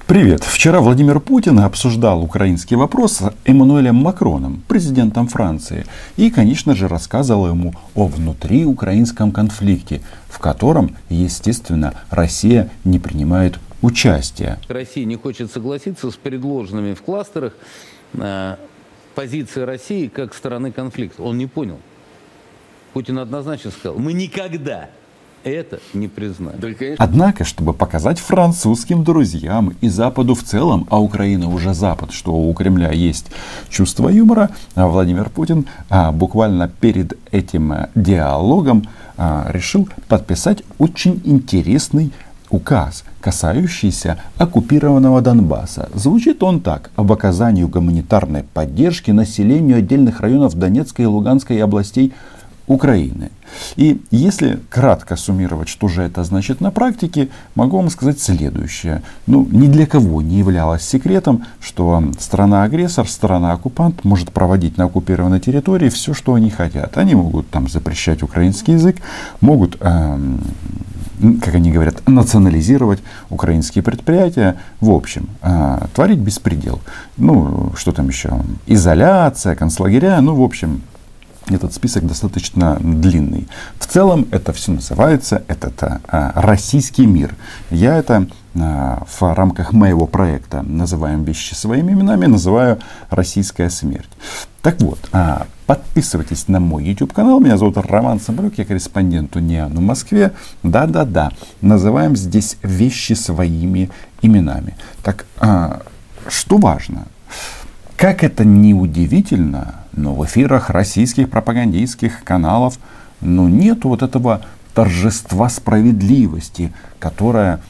Привет. Вчера Владимир Путин обсуждал украинский вопрос с Эммануэлем Макроном, президентом Франции. И, конечно же, рассказывал ему о внутриукраинском конфликте, в котором, естественно, Россия не принимает участия. Россия не хочет согласиться с предложенными в кластерах позиции России как стороны конфликта. Он не понял. Путин однозначно сказал: мы никогда это не признаем. Однако, чтобы показать французским друзьям и Западу в целом, а Украина уже Запад, что у Кремля есть чувство юмора, Владимир Путин буквально перед этим диалогом решил подписать очень интересный указ, касающийся оккупированного Донбасса. Звучит он так: об оказании гуманитарной поддержки населению отдельных районов Донецкой и Луганской областей Украины. И если кратко суммировать, что же это значит на практике, могу вам сказать следующее. Ни для кого не являлось секретом, что страна-агрессор, страна-оккупант может проводить на оккупированной территории все, что они хотят. Они могут там запрещать украинский язык, могут, как они говорят, национализировать украинские предприятия. В общем, творить беспредел. Что там еще? Изоляция, концлагеря, в общем. Этот список достаточно длинный. В целом это все называется российский мир. Я это в рамках моего проекта «Называем вещи своими именами» называю «Российская смерть». Так вот, подписывайтесь на мой YouTube канал. Меня зовут Роман Самбрюк, я корреспондент УНИАН в Москве. Да, называем здесь вещи своими именами. Так, что важно? Как это ни удивительно, но в эфирах российских пропагандистских каналов нет вот этого торжества справедливости, которое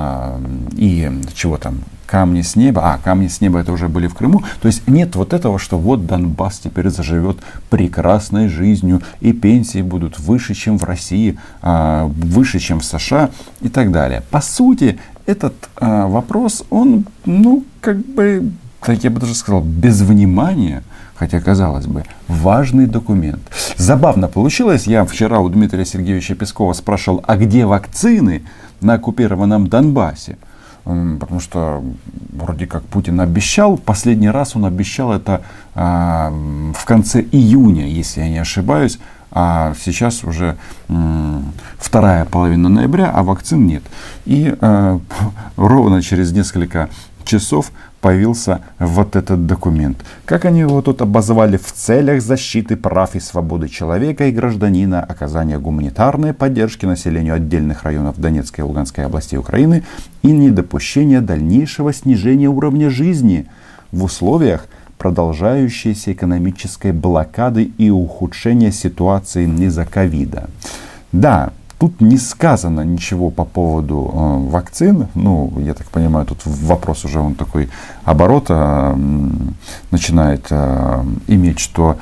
камни с неба, камни с неба это уже были в Крыму, то есть нет вот этого, что вот Донбасс теперь заживет прекрасной жизнью и пенсии будут выше, чем в России, выше, чем в США и так далее. По сути, этот вопрос, он, я бы даже сказал, без внимания, хотя, казалось бы, важный документ. Забавно получилось, я вчера у Дмитрия Сергеевича Пескова спрашивал, а где вакцины на оккупированном Донбассе? Потому что вроде как Путин обещал, последний раз он обещал это в конце июня, если я не ошибаюсь, а сейчас уже вторая половина ноября, а вакцин нет. И ровно через несколько часов появился вот этот документ. Как они его тут обозвали: в целях защиты прав и свободы человека и гражданина, оказания гуманитарной поддержки населению отдельных районов Донецкой и Луганской областей Украины и недопущения дальнейшего снижения уровня жизни в условиях продолжающейся экономической блокады и ухудшения ситуации из-за ковида. Да, тут не сказано ничего по поводу вакцин. Я так понимаю, тут вопрос уже он такой оборот начинает иметь, что,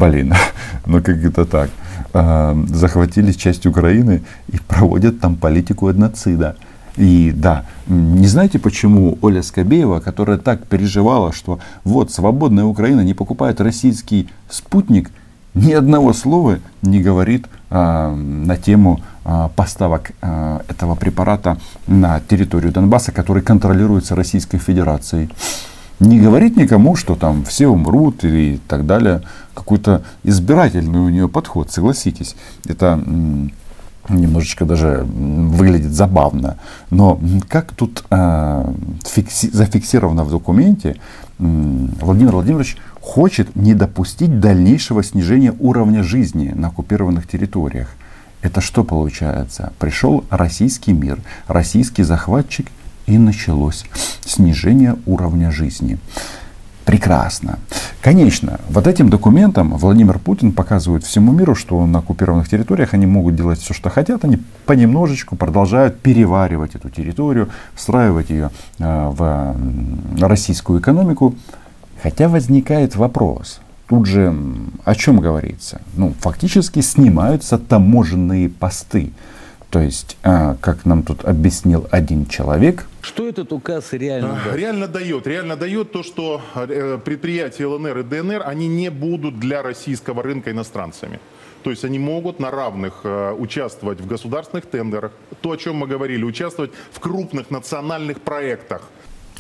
как это так? Захватили часть Украины и проводят там политику этноцида. И да, не знаете, почему Оля Скобеева, которая так переживала, что вот свободная Украина не покупает российский спутник, ни одного слова не говорит на тему поставок этого препарата на территорию Донбасса, который контролируется Российской Федерацией. Не говорит никому, что там все умрут и так далее. Какой-то избирательный у нее подход, согласитесь. Это немножечко даже выглядит забавно. Но как тут зафиксировано в документе, Владимир Владимирович хочет не допустить дальнейшего снижения уровня жизни на оккупированных территориях. Это что получается? Пришел российский мир, российский захватчик, и началось снижение уровня жизни. Прекрасно. Конечно, вот этим документом Владимир Путин показывает всему миру, что на оккупированных территориях они могут делать все, что хотят. Они понемножечку продолжают переваривать эту территорию, встраивать ее в российскую экономику. Хотя возникает вопрос. Тут же о чем говорится? Фактически снимаются таможенные посты. То есть, как нам тут объяснил один человек. Что этот указ реально дает? Реально дает то, что предприятия ЛНР и ДНР, они не будут для российского рынка иностранцами. То есть они могут на равных участвовать в государственных тендерах, то, о чем мы говорили, участвовать в крупных национальных проектах.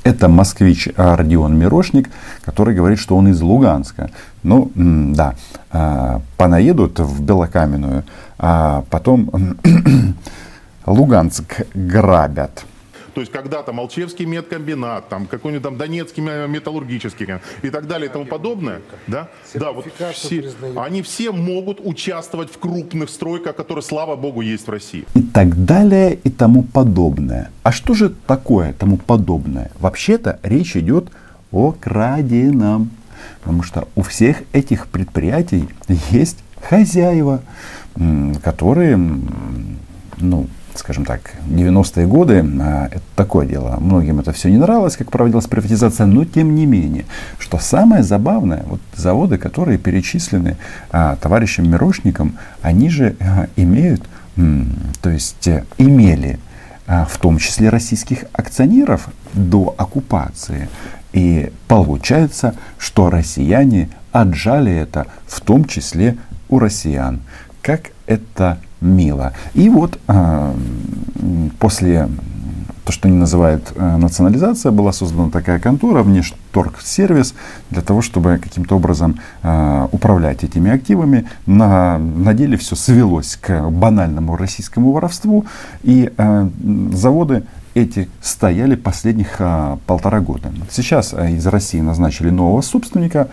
Это москвич Родион Мирошник, который говорит, что он из Луганска. Ну, да, понаедут в Белокаменную, а потом Луганск грабят. То есть когда-то Молчевский медкомбинат, там какой-нибудь там Донецкий металлургический и так далее и тому подобное, да, вот они все могут участвовать в крупных стройках, которые, слава богу, есть в России. И так далее и тому подобное. А что же такое тому подобное? Вообще-то речь идет о краденом. Потому что у всех этих предприятий есть хозяева, которые, ну, скажем так, 90-е годы, это такое дело. Многим это все не нравилось, как проводилась приватизация, но тем не менее. Что самое забавное, вот заводы, которые перечислены товарищем Мирошником, они же имеют, то есть имели в том числе российских акционеров до оккупации. И получается, что россияне отжали это, в том числе у россиян. Как это мило. И вот после то, что они называют национализация, была создана такая контора, Внешторгсервис, для того, чтобы каким-то образом управлять этими активами. На деле все свелось к банальному российскому воровству, и заводы эти стояли последних 1,5 года. Сейчас из России назначили нового собственника.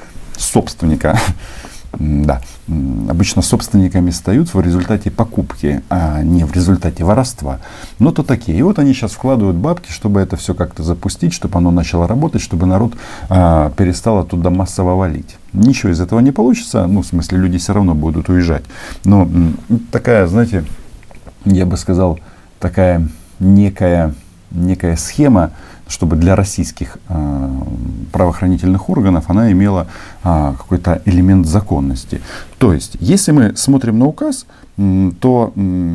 Да, обычно собственниками стают в результате покупки, а не в результате воровства. Но то такие. И вот они сейчас вкладывают бабки, чтобы это все как-то запустить, чтобы оно начало работать, чтобы народ перестал оттуда массово валить. Ничего из этого не получится. Ну, в смысле, люди все равно будут уезжать. Но такая, знаете, я бы сказал, такая некая схема, чтобы для российских правоохранительных органов она имела какой-то элемент законности. То есть, если мы смотрим на указ, то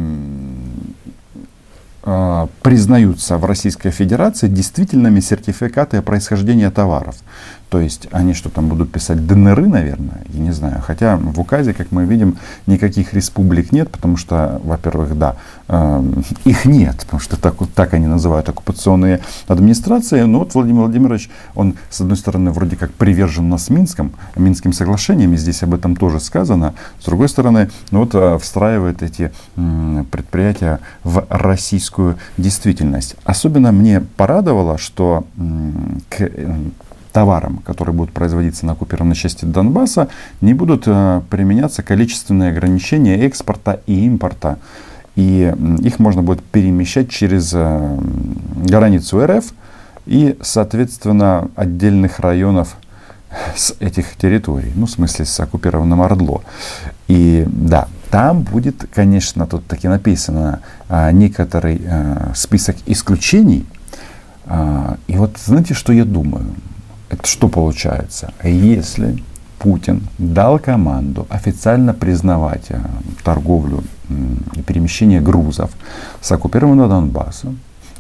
признаются в Российской Федерации действительными сертификаты о происхождении товаров. То есть они что там будут писать, ДНРы, наверное, я не знаю. Хотя в указе, как мы видим, никаких республик нет, потому что, во-первых, да, их нет, потому что так они называют оккупационные администрации. Но вот Владимир Владимирович, он, с одной стороны, вроде как привержен нас Минским соглашениям, и здесь об этом тоже сказано. С другой стороны, вот встраивает эти предприятия в российскую действительность. Особенно мне порадовало, что к товарам, которые будут производиться на оккупированной части Донбасса, не будут применяться количественные ограничения экспорта и импорта. И их можно будет перемещать через границу РФ и, соответственно, отдельных районов с этих территорий. Ну, в смысле, с оккупированным Ордло. И да, там будет, конечно, тут таки написано некоторый список исключений. И вот знаете, что я думаю? Это что получается? Если Путин дал команду официально признавать торговлю и перемещение грузов с оккупированного Донбасса,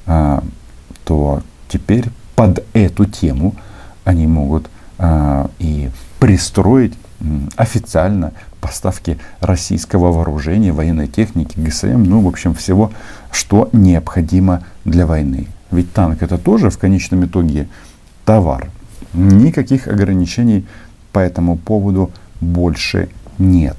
то теперь под эту тему они могут и пристроить официально поставки российского вооружения, военной техники, ГСМ, ну, в общем, всего, что необходимо для войны. Ведь танк — это тоже в конечном итоге товар. Никаких ограничений по этому поводу больше нет.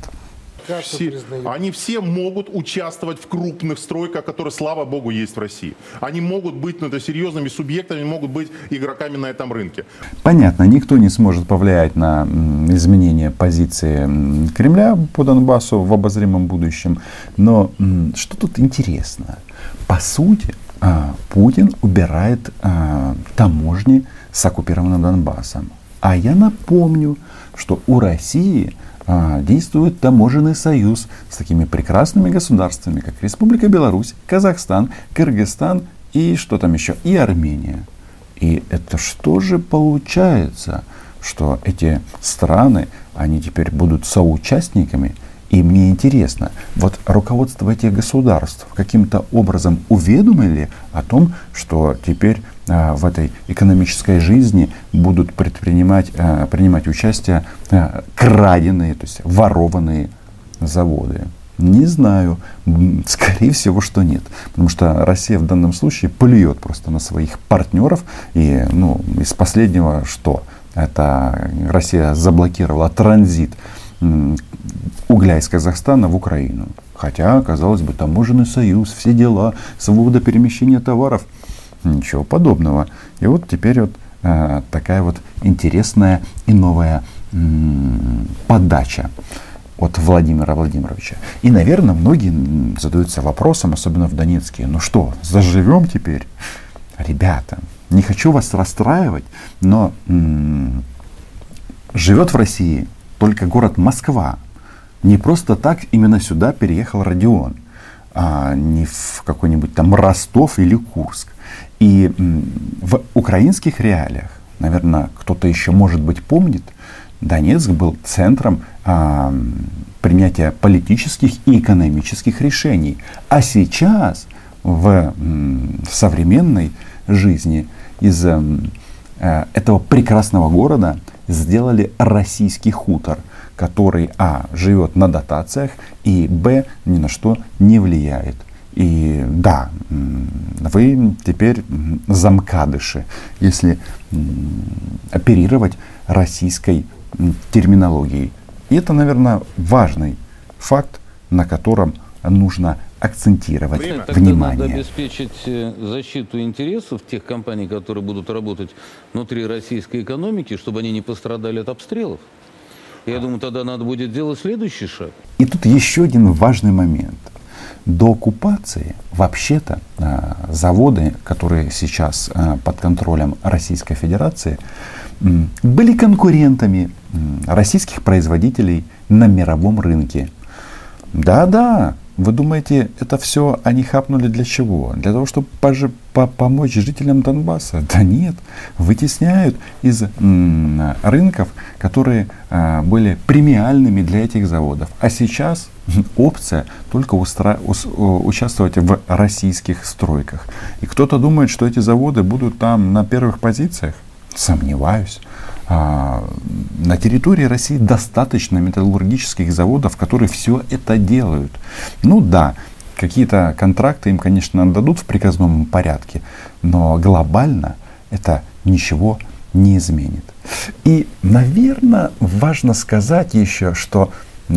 Они все могут участвовать в крупных стройках, которые, слава богу, есть в России. Они могут быть серьезными субъектами, могут быть игроками на этом рынке. Понятно, никто не сможет повлиять на изменение позиции Кремля по Донбассу в обозримом будущем. Но что тут интересно? По сути, Путин убирает таможни с оккупированным Донбассом. А я напомню, что у России действует таможенный союз с такими прекрасными государствами, как Республика Беларусь, Казахстан, Кыргызстан и что там еще, и Армения. И это что же получается, что эти страны, они теперь будут соучастниками? И мне интересно, вот руководство этих государств каким-то образом уведомили о том, что теперь в этой экономической жизни будут принимать участие краденые, то есть ворованные заводы. Не знаю. Скорее всего, что нет. Потому что Россия в данном случае плюет просто на своих партнеров. И из последнего что? Это Россия заблокировала транзит угля из Казахстана в Украину. Хотя, казалось бы, таможенный союз, все дела, свобода перемещения товаров. Ничего подобного. И вот теперь вот такая вот интересная и новая подача от Владимира Владимировича. И, наверное, многие задаются вопросом, особенно в Донецке, ну что, заживем теперь? Ребята, не хочу вас расстраивать, но живет в России только город Москва. Не просто так именно сюда переехал Родион, а не в какой-нибудь там Ростов или Курск. И в украинских реалиях, наверное, кто-то еще, может быть, помнит, Донецк был центром принятия политических и экономических решений. А сейчас в современной жизни из этого прекрасного города сделали российский хутор, который живет на дотациях и ни на что не влияет. И да, вы теперь замкадыши, если оперировать российской терминологией. И это, наверное, важный факт, на котором нужно акцентировать внимание. Надо обеспечить защиту интересов тех компаний, которые будут работать внутри российской экономики, чтобы они не пострадали от обстрелов. Я думаю, тогда надо будет делать следующий шаг. И тут еще один важный момент. До оккупации вообще-то заводы, которые сейчас под контролем Российской Федерации, были конкурентами российских производителей на мировом рынке. Да-да, вы думаете, это все они хапнули для чего? Для того, чтобы помочь жителям Донбасса? Да нет, вытесняют из рынков, которые были премиальными для этих заводов. А сейчас опция только участвовать в российских стройках. И кто-то думает, что эти заводы будут там на первых позициях? Сомневаюсь. На территории России достаточно металлургических заводов, которые все это делают. Ну да, какие-то контракты им, конечно, дадут в приказном порядке, но глобально это ничего не изменит. И, наверное, важно сказать еще, что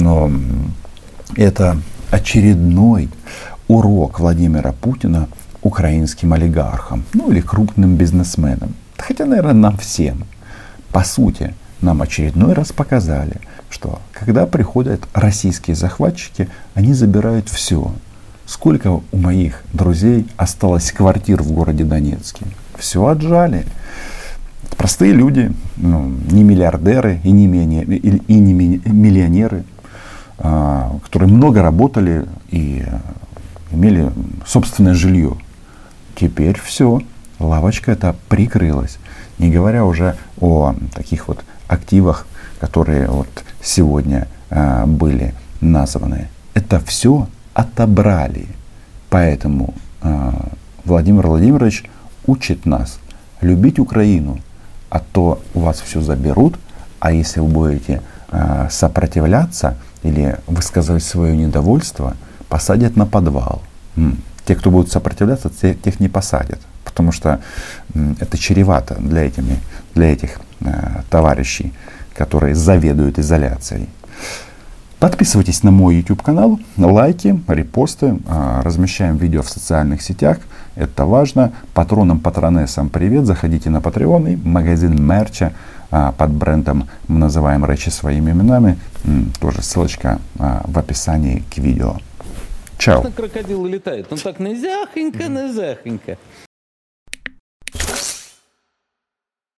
это очередной урок Владимира Путина украинским олигархам, или крупным бизнесменам. Хотя, наверное, нам всем. По сути, нам очередной раз показали, что когда приходят российские захватчики, они забирают все. Сколько у моих друзей осталось квартир в городе Донецке? Все отжали. Простые люди, не миллиардеры и не миллионеры, которые много работали и имели собственное жилье. Теперь все, лавочка эта прикрылась. Не говоря уже о таких вот активах, которые вот сегодня были названы. Это все отобрали. Поэтому Владимир Владимирович учит нас любить Украину, а то у вас все заберут, а если вы будете сопротивляться или высказывать свое недовольство, посадят на подвал. Те, кто будут сопротивляться, тех не посадят. Потому что это чревато для этих товарищей, которые заведуют изоляцией. Подписывайтесь на мой YouTube канал, лайки, репосты, размещаем видео в социальных сетях, это важно. Патронам, патронессам привет, заходите на Patreon и магазин мерча под брендом мы называем речи своими именами, тоже ссылочка в описании к видео. Чао. Крокодил летает, он так низяхонько.